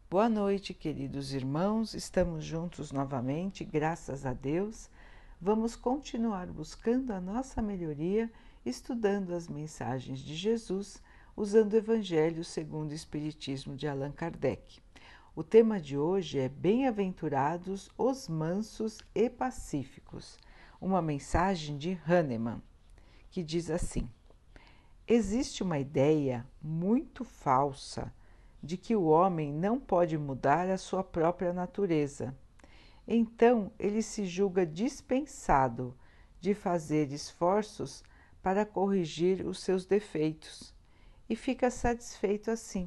Boa noite, queridos irmãos, estamos juntos novamente, graças a Deus. Vamos continuar buscando a nossa melhoria, estudando as mensagens de Jesus, usando o Evangelho segundo o Espiritismo de Allan Kardec. O tema de hoje é Bem-aventurados os mansos e pacíficos, uma mensagem de Hahnemann, que diz assim: existe uma ideia muito falsa de que o homem não pode mudar a sua própria natureza. Então, ele se julga dispensado de fazer esforços para corrigir os seus defeitos e fica satisfeito assim.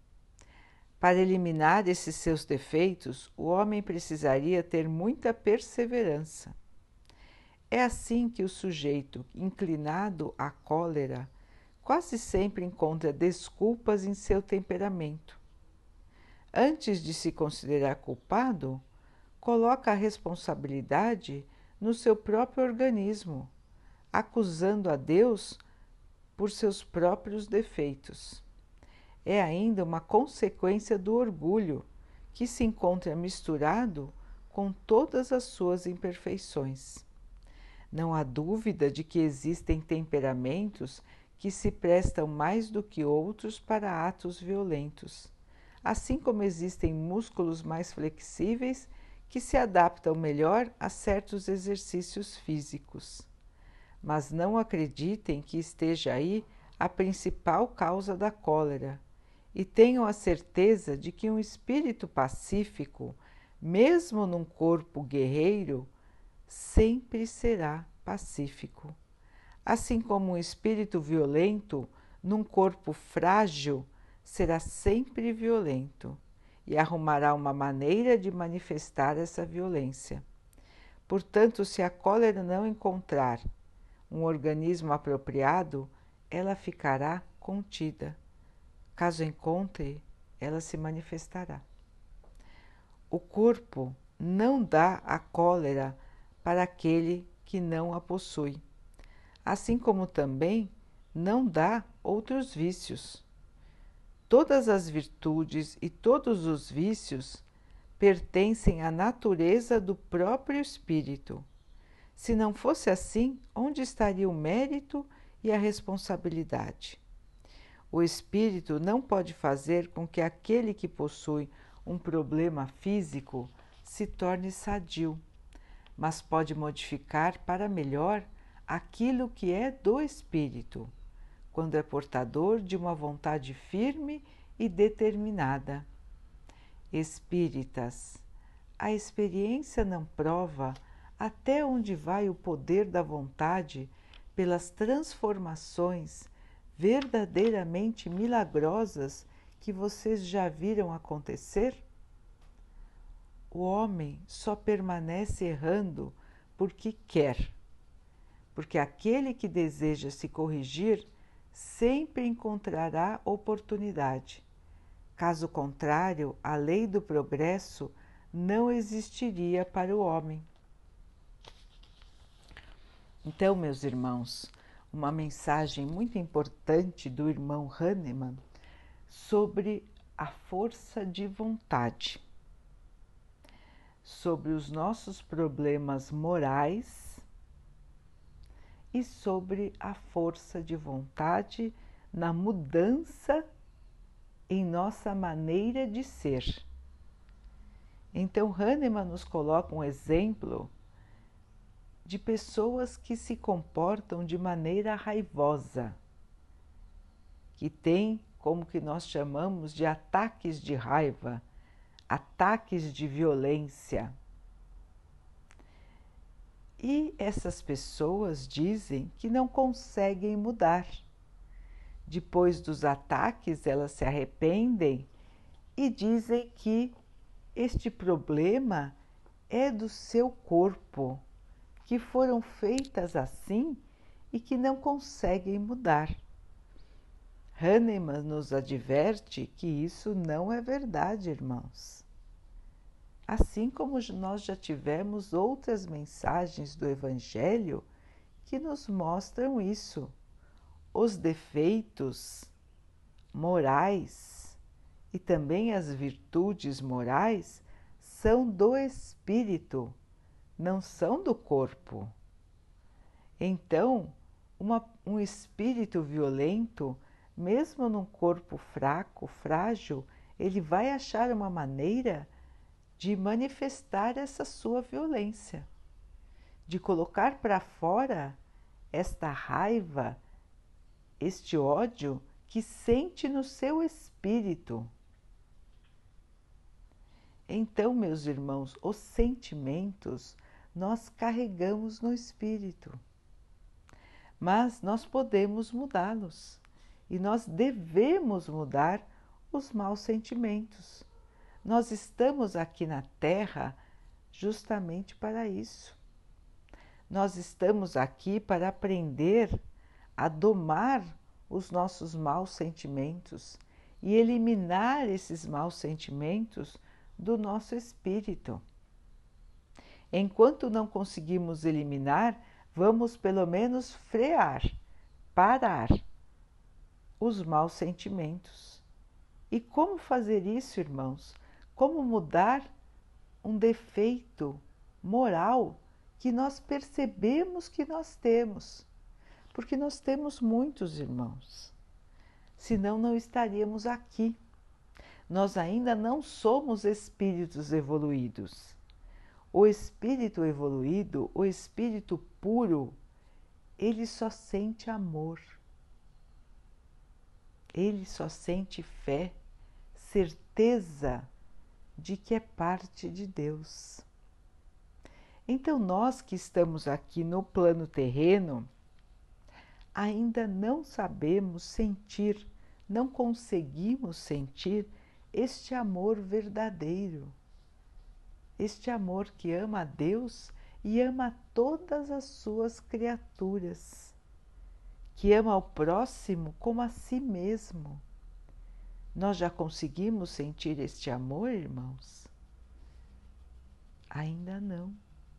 Para eliminar esses seus defeitos, o homem precisaria ter muita perseverança. É assim que o sujeito inclinado à cólera quase sempre encontra desculpas em seu temperamento. Antes de se considerar culpado, coloca a responsabilidade no seu próprio organismo, acusando a Deus por seus próprios defeitos. É ainda uma consequência do orgulho, que se encontra misturado com todas as suas imperfeições. Não há dúvida de que existem temperamentos que se prestam mais do que outros para atos violentos, assim como existem músculos mais flexíveis que se adaptam melhor a certos exercícios físicos. Mas não acreditem que esteja aí a principal causa da cólera e tenham a certeza de que um espírito pacífico, mesmo num corpo guerreiro, sempre será pacífico. Assim como um espírito violento, num corpo frágil, será sempre violento e arrumará uma maneira de manifestar essa violência. Portanto, se a cólera não encontrar um organismo apropriado, ela ficará contida. Caso encontre, ela se manifestará. O corpo não dá a cólera para aquele que não a possui, assim como também não dá outros vícios. Todas as virtudes e todos os vícios pertencem à natureza do próprio espírito. Se não fosse assim, onde estaria o mérito e a responsabilidade? O espírito não pode fazer com que aquele que possui um problema físico se torne sadio, mas pode modificar para melhor aquilo que é do espírito, quando é portador de uma vontade firme e determinada. Espíritas, a experiência não prova até onde vai o poder da vontade pelas transformações verdadeiramente milagrosas que vocês já viram acontecer? O homem só permanece errando porque quer, porque aquele que deseja se corrigir sempre encontrará oportunidade. Caso contrário, a lei do progresso não existiria para o homem. Então, meus irmãos, uma mensagem muito importante do irmão Hahnemann sobre a força de vontade, sobre os nossos problemas morais e sobre a força de vontade na mudança em nossa maneira de ser. Então, Hahnemann nos coloca um exemplo de pessoas que se comportam de maneira raivosa, que têm como que nós chamamos de ataques de raiva, ataques de violência. E essas pessoas dizem que não conseguem mudar. Depois dos ataques, elas se arrependem e dizem que este problema é do seu corpo, que foram feitas assim e que não conseguem mudar. Hahnemann nos adverte que isso não é verdade, irmãos. Assim como nós já tivemos outras mensagens do Evangelho que nos mostram isso. Os defeitos morais e também as virtudes morais são do espírito, não são do corpo. Então, um espírito violento, mesmo num corpo fraco, frágil, ele vai achar uma maneira de manifestar essa sua violência, de colocar para fora esta raiva, este ódio que sente no seu espírito. Então, meus irmãos, os sentimentos nós carregamos no espírito, mas nós podemos mudá-los e nós devemos mudar os maus sentimentos. Nós estamos aqui na Terra justamente para isso. Nós estamos aqui para aprender a domar os nossos maus sentimentos e eliminar esses maus sentimentos do nosso espírito. Enquanto não conseguimos eliminar, vamos pelo menos frear, parar os maus sentimentos. E como fazer isso, irmãos? Como mudar um defeito moral que nós percebemos que nós temos? Porque nós temos muitos, irmãos. Senão não estaríamos aqui. Nós ainda não somos espíritos evoluídos. O espírito evoluído, o espírito puro, ele só sente amor. Ele só sente fé, certeza de que é parte de Deus. Então nós que estamos aqui no plano terreno, ainda não sabemos sentir, não conseguimos sentir este amor verdadeiro, este amor que ama a Deus e ama todas as suas criaturas, que ama ao próximo como a si mesmo. Nós já conseguimos sentir este amor, irmãos? Ainda não.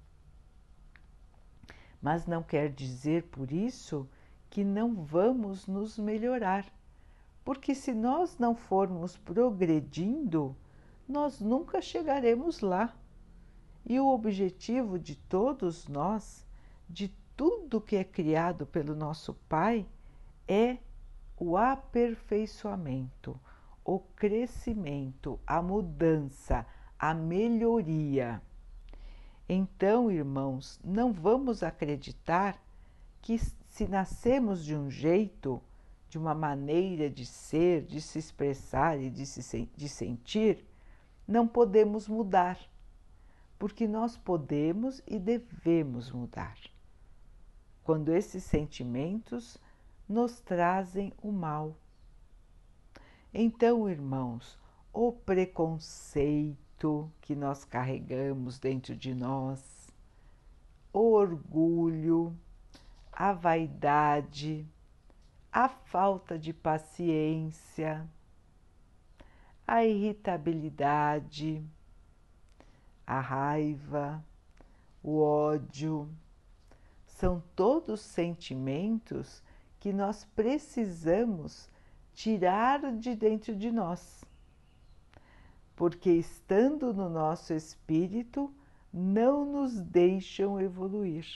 Mas não quer dizer por isso que não vamos nos melhorar, porque se nós não formos progredindo, nós nunca chegaremos lá. E o objetivo de todos nós, de tudo que é criado pelo nosso Pai, é o aperfeiçoamento, o crescimento, a mudança, a melhoria. Então, irmãos, não vamos acreditar que se nascemos de um jeito, de uma maneira de ser, de se expressar e de sentir, não podemos mudar, porque nós podemos e devemos mudar. Quando esses sentimentos nos trazem o mal. Então, irmãos, o preconceito que nós carregamos dentro de nós, o orgulho, a vaidade, a falta de paciência, a irritabilidade, a raiva, o ódio, são todos sentimentos que nós precisamos tirar de dentro de nós, porque estando no nosso espírito, não nos deixam evoluir.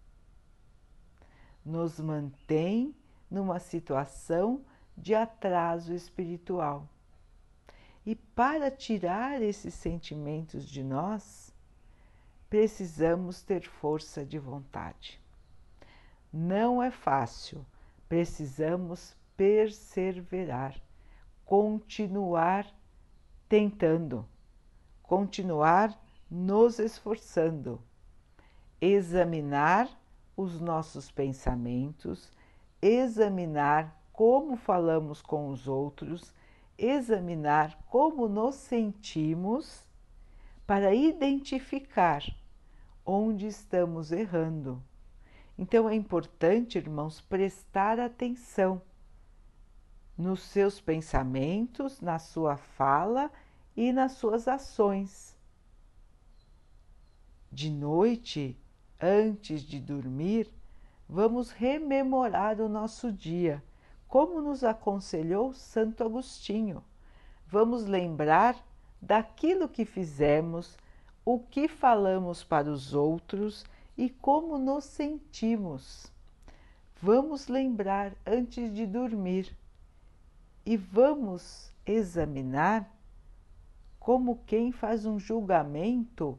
Nos mantém numa situação de atraso espiritual. E para tirar esses sentimentos de nós, precisamos ter força de vontade. Não é fácil, precisamos perseverar, continuar tentando, continuar nos esforçando, examinar os nossos pensamentos, examinar como falamos com os outros, examinar como nos sentimos, para identificar onde estamos errando. Então é importante, irmãos, prestar atenção nos seus pensamentos, na sua fala e nas suas ações. De noite, antes de dormir, vamos rememorar o nosso dia, como nos aconselhou Santo Agostinho. vamos lembrar daquilo que fizemos, o que falamos para os outros e como nos sentimos. Vamos lembrar antes de dormir e vamos examinar como quem faz um julgamento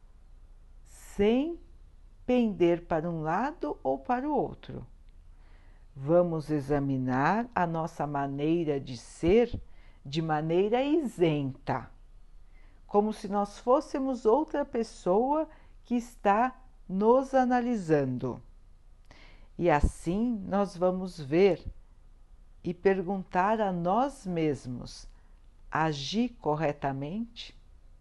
sem pender para um lado ou para o outro. Vamos examinar a nossa maneira de ser de maneira isenta, como se nós fôssemos outra pessoa que está nos analisando. E assim nós vamos ver e perguntar a nós mesmos: agi corretamente?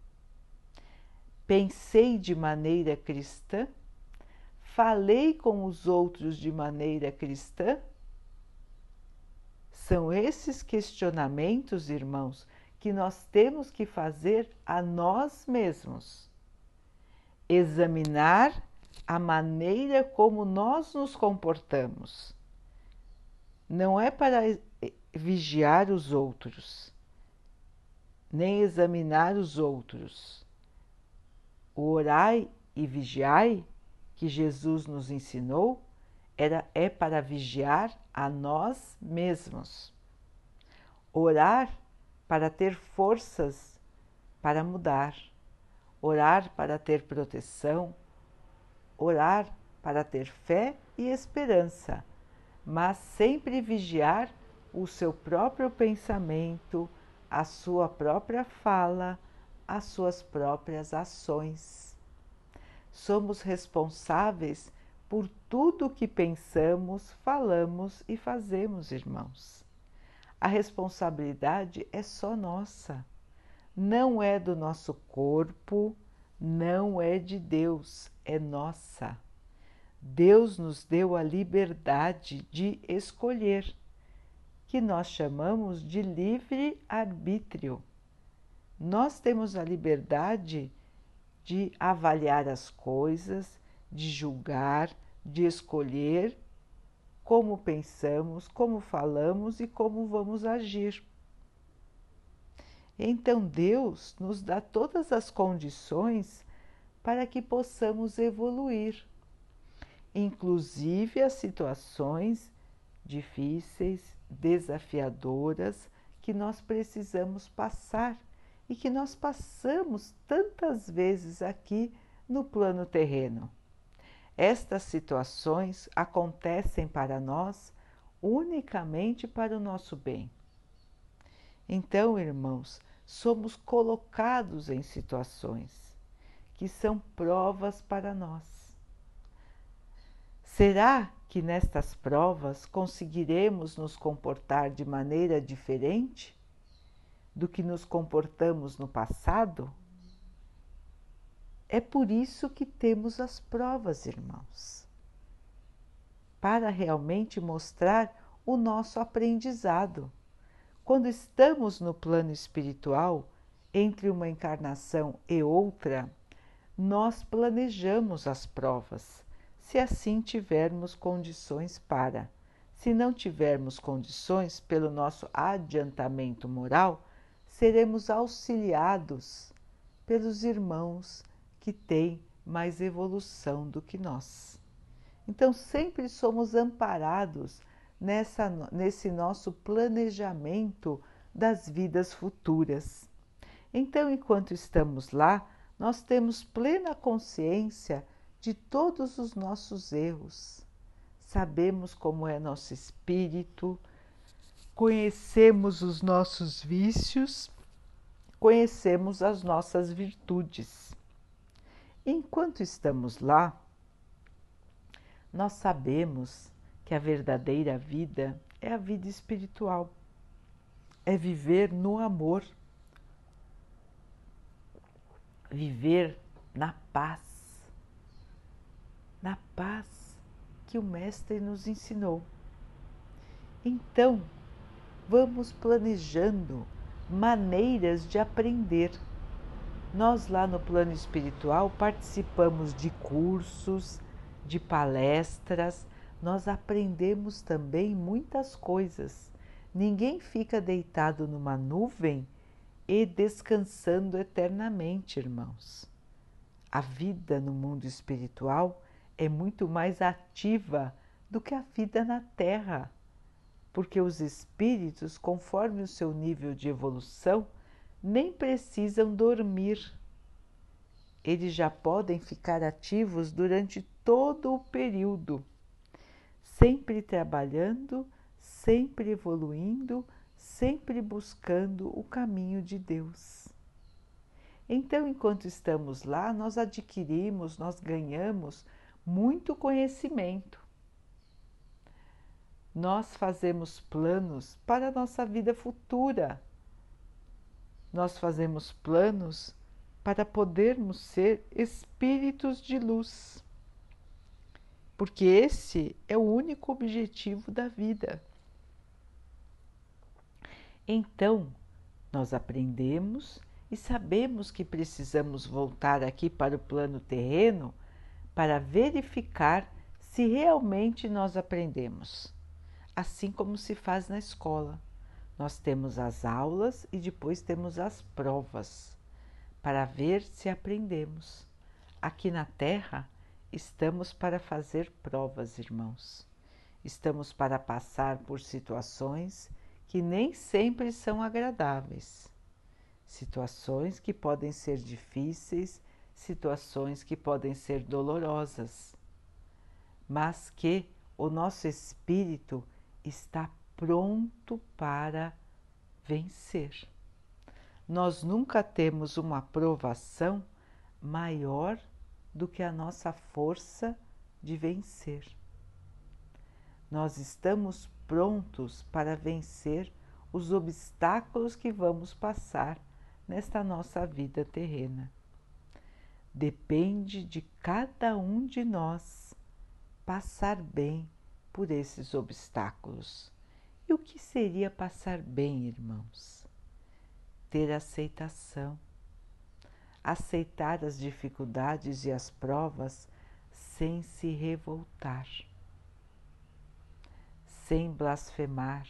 Pensei de maneira cristã? Falei com os outros de maneira cristã? São esses questionamentos, irmãos, que nós temos que fazer a nós mesmos. Examinar a maneira como nós nos comportamos. Não é para vigiar os outros, nem examinar os outros. O orai e vigiai que Jesus nos ensinou é para vigiar a nós mesmos. Orar para ter forças para mudar, orar para ter proteção, orar para ter fé e esperança, mas sempre vigiar o seu próprio pensamento, a sua própria fala, as suas próprias ações. Somos responsáveis por tudo o que pensamos, falamos e fazemos, irmãos. A responsabilidade é só nossa, não é do nosso corpo, não é de Deus, é nossa. Deus nos deu a liberdade de escolher, que nós chamamos de livre-arbítrio. Nós temos a liberdade de avaliar as coisas, de julgar, de escolher como pensamos, como falamos e como vamos agir. Então Deus nos dá todas as condições para que possamos evoluir, inclusive as situações difíceis, desafiadoras que nós precisamos passar e que nós passamos tantas vezes aqui no plano terreno. Estas situações acontecem para nós unicamente para o nosso bem. Então, irmãos, somos colocados em situações que são provas para nós. Será que nestas provas conseguiremos nos comportar de maneira diferente do que nos comportamos no passado? É por isso que temos as provas, irmãos, para realmente mostrar o nosso aprendizado. Quando estamos no plano espiritual, entre uma encarnação e outra, nós planejamos as provas, se assim tivermos condições para. Se não tivermos condições, pelo nosso adiantamento moral, seremos auxiliados pelos irmãos que têm mais evolução do que nós. Então, sempre somos amparados nesse nosso planejamento das vidas futuras. Então, enquanto estamos lá, nós temos plena consciência de todos os nossos erros. Sabemos como é nosso espírito, conhecemos os nossos vícios, conhecemos as nossas virtudes. Enquanto estamos lá, nós sabemos que a verdadeira vida é a vida espiritual, é viver no amor, viver na paz que o Mestre nos ensinou. Então, vamos planejando maneiras de aprender. Nós lá no plano espiritual participamos de cursos, de palestras, nós aprendemos também muitas coisas. Ninguém fica deitado numa nuvem e descansando eternamente, irmãos. A vida no mundo espiritual é muito mais ativa do que a vida na Terra, porque os espíritos, conforme o seu nível de evolução, nem precisam dormir. Eles já podem ficar ativos durante todo o período, sempre trabalhando, sempre evoluindo, sempre buscando o caminho de Deus. Então, enquanto estamos lá, nós adquirimos, nós ganhamos muito conhecimento. Nós fazemos planos para a nossa vida futura. Nós fazemos planos para podermos ser espíritos de luz. Porque esse é o único objetivo da vida. Então, nós aprendemos e sabemos que precisamos voltar aqui para o plano terreno para verificar se realmente nós aprendemos. Assim como se faz na escola. Nós temos as aulas e depois temos as provas, para ver se aprendemos. Aqui na Terra, estamos para fazer provas, irmãos. Estamos para passar por situações que nem sempre são agradáveis. Situações que podem ser difíceis, situações que podem ser dolorosas, mas que o nosso espírito está pronto para vencer. Nós nunca temos uma provação maior do que a nossa força de vencer. Nós estamos prontos para vencer os obstáculos que vamos passar nesta nossa vida terrena. Depende de cada um de nós passar bem por esses obstáculos. E o que seria passar bem, irmãos? Ter aceitação. Aceitar as dificuldades e as provas sem se revoltar, sem blasfemar,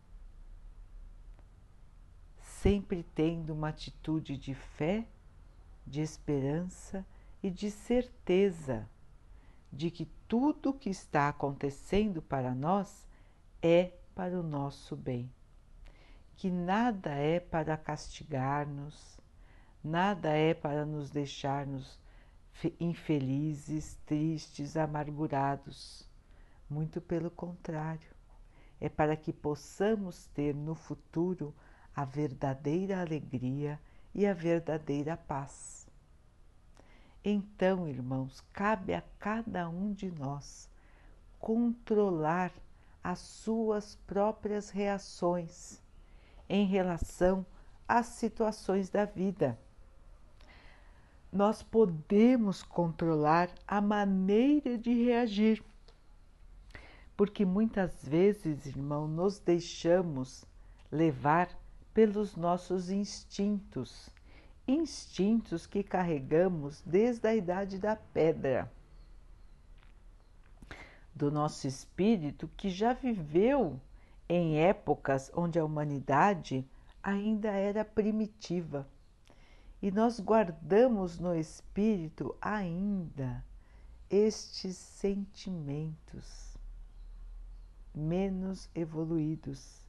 sempre tendo uma atitude de fé, de esperança e de certeza de que tudo o que está acontecendo para nós é para o nosso bem, que nada é para castigar-nos, nada é para nos deixar-nos infelizes, tristes, amargurados. Muito pelo contrário, é para que possamos ter no futuro a verdadeira alegria e a verdadeira paz. Então, irmãos, cabe a cada um de nós controlar as suas próprias reações em relação às situações da vida. Nós podemos controlar a maneira de reagir, porque muitas vezes, irmão, nos deixamos levar pelos nossos instintos, instintos que carregamos desde a idade da pedra, do nosso espírito que já viveu em épocas onde a humanidade ainda era primitiva. E nós guardamos no espírito ainda estes sentimentos menos evoluídos,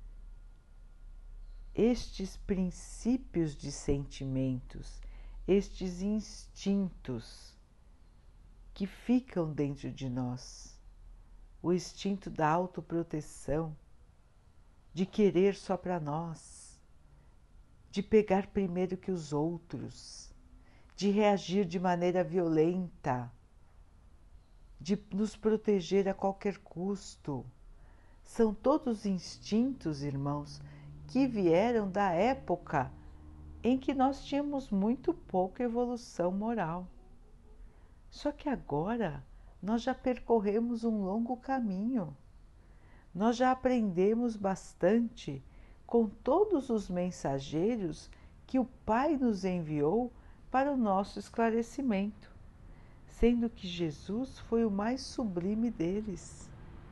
estes princípios de sentimentos, estes instintos que ficam dentro de nós, o instinto da autoproteção, de querer só para nós, de pegar primeiro que os outros, de reagir de maneira violenta, de nos proteger a qualquer custo. São todos instintos, irmãos, que vieram da época em que nós tínhamos muito pouca evolução moral. Só que agora nós já percorremos um longo caminho. Nós já aprendemos bastante com todos os mensageiros que o Pai nos enviou para o nosso esclarecimento, sendo que Jesus foi o mais sublime deles.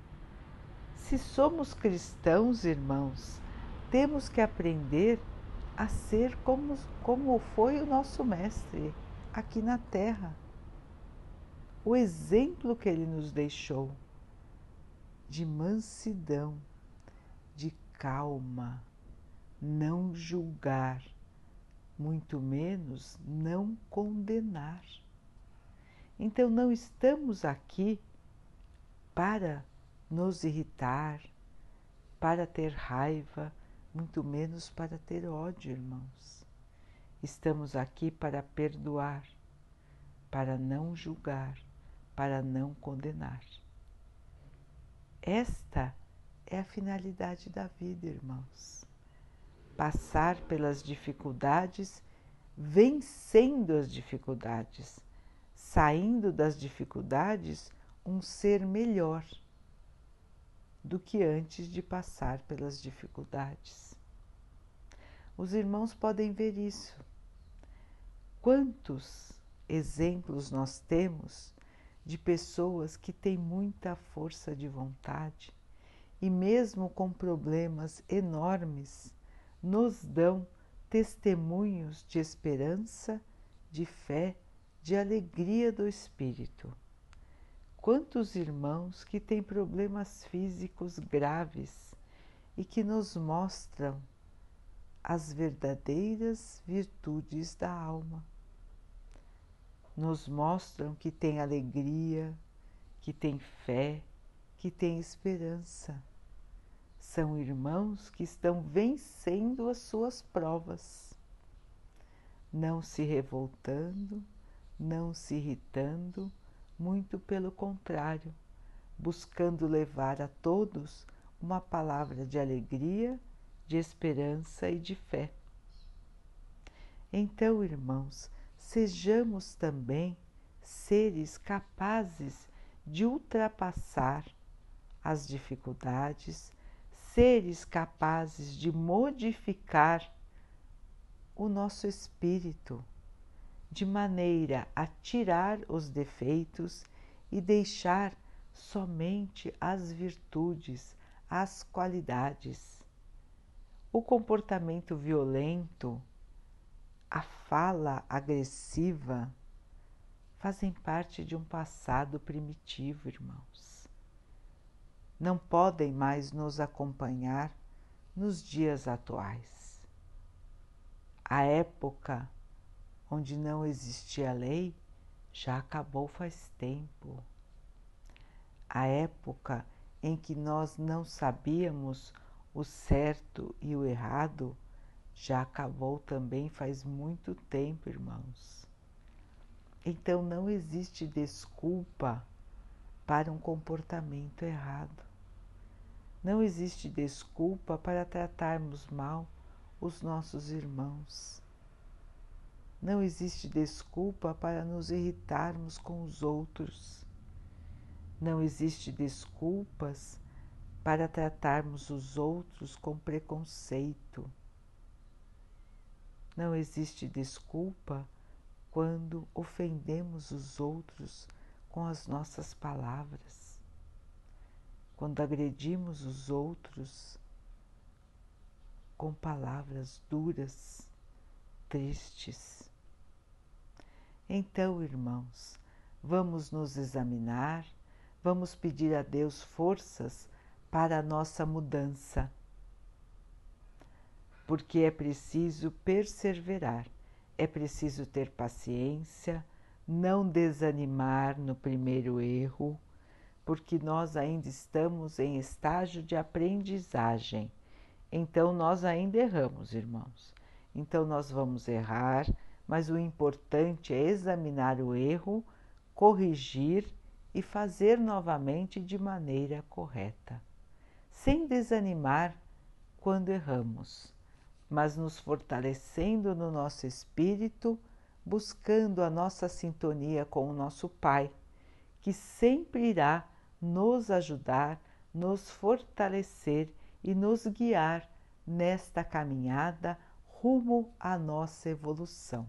Se somos cristãos, irmãos, temos que aprender a ser como foi o nosso Mestre aqui na Terra. O exemplo que ele nos deixou de mansidão, de calma, não julgar, muito menos não condenar. Então não estamos aqui para nos irritar, para ter raiva, muito menos para ter ódio, irmãos. Estamos aqui para perdoar, para não julgar, para não condenar. Esta é a finalidade da vida, irmãos. Passar pelas dificuldades, vencendo as dificuldades, saindo das dificuldades um ser melhor do que antes de passar pelas dificuldades. Os irmãos podem ver isso. Quantos exemplos nós temos de pessoas que têm muita força de vontade e mesmo com problemas enormes, nos dão testemunhos de esperança, de fé, de alegria do espírito. Quantos irmãos que têm problemas físicos graves e que nos mostram as verdadeiras virtudes da alma. Nos mostram que tem alegria, que tem fé, que tem esperança. São irmãos que estão vencendo as suas provas, não se revoltando, não se irritando, muito pelo contrário, buscando levar a todos uma palavra de alegria, de esperança e de fé. Então, irmãos, sejamos também seres capazes de ultrapassar as dificuldades, seres capazes de modificar o nosso espírito, de maneira a tirar os defeitos e deixar somente as virtudes, as qualidades. O comportamento violento, a fala agressiva, fazem parte de um passado primitivo, irmãos. Não podem mais nos acompanhar nos dias atuais. A época onde não existia lei já acabou faz tempo. A época em que nós não sabíamos o certo e o errado já acabou também faz muito tempo, irmãos. Então não existe desculpa para um comportamento errado. Não existe desculpa para tratarmos mal os nossos irmãos. Não existe desculpa para nos irritarmos com os outros. Não existe desculpas para tratarmos os outros com preconceito. Não existe desculpa quando ofendemos os outros com as nossas palavras, quando agredimos os outros com palavras duras, tristes. Então, irmãos, vamos nos examinar, vamos pedir a Deus forças para a nossa mudança, porque é preciso perseverar, é preciso ter paciência, não desanimar no primeiro erro, porque nós ainda estamos em estágio de aprendizagem. Então nós ainda erramos, irmãos. Então nós vamos errar, mas o importante é examinar o erro, corrigir e fazer novamente de maneira correta, sem desanimar quando erramos, mas nos fortalecendo no nosso espírito, buscando a nossa sintonia com o nosso Pai, que sempre irá nos ajudar, nos fortalecer e nos guiar nesta caminhada rumo à nossa evolução.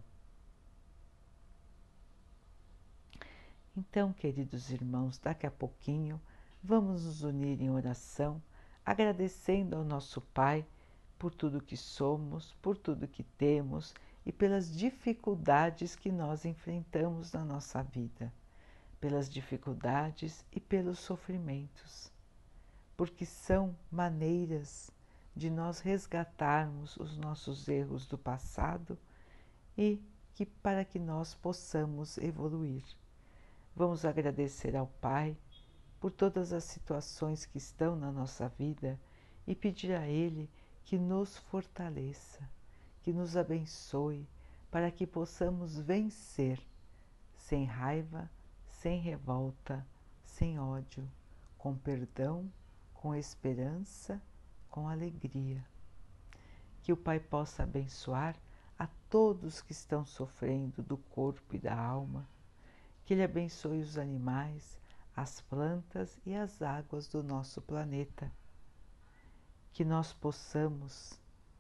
Então, queridos irmãos, daqui a pouquinho vamos nos unir em oração, agradecendo ao nosso Pai por tudo que somos, por tudo que temos e pelas dificuldades que nós enfrentamos na nossa vida, pelas dificuldades e pelos sofrimentos, porque são maneiras de nós resgatarmos os nossos erros do passado e para que nós possamos evoluir. Vamos agradecer ao Pai por todas as situações que estão na nossa vida e pedir a Ele que nos fortaleça, que nos abençoe, para que possamos vencer sem raiva, sem revolta, sem ódio, com perdão, com esperança, com alegria. Que o Pai possa abençoar a todos que estão sofrendo do corpo e da alma, que Ele abençoe os animais, as plantas e as águas do nosso planeta, que nós possamos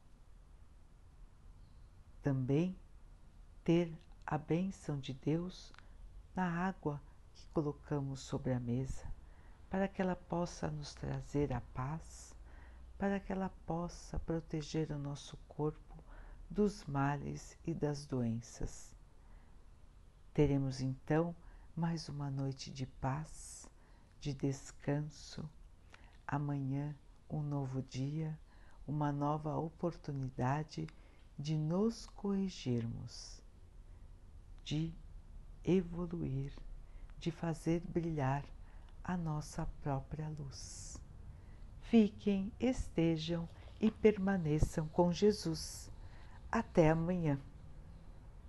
também ter a bênção de Deus na água que colocamos sobre a mesa, para que ela possa nos trazer a paz, para que ela possa proteger o nosso corpo dos males e das doenças. Teremos então mais uma noite de paz, de descanso. Amanhã, um novo dia, uma nova oportunidade de nos corrigirmos, de evoluir, de fazer brilhar a nossa própria luz. Fiquem, estejam e permaneçam com Jesus. Até amanhã.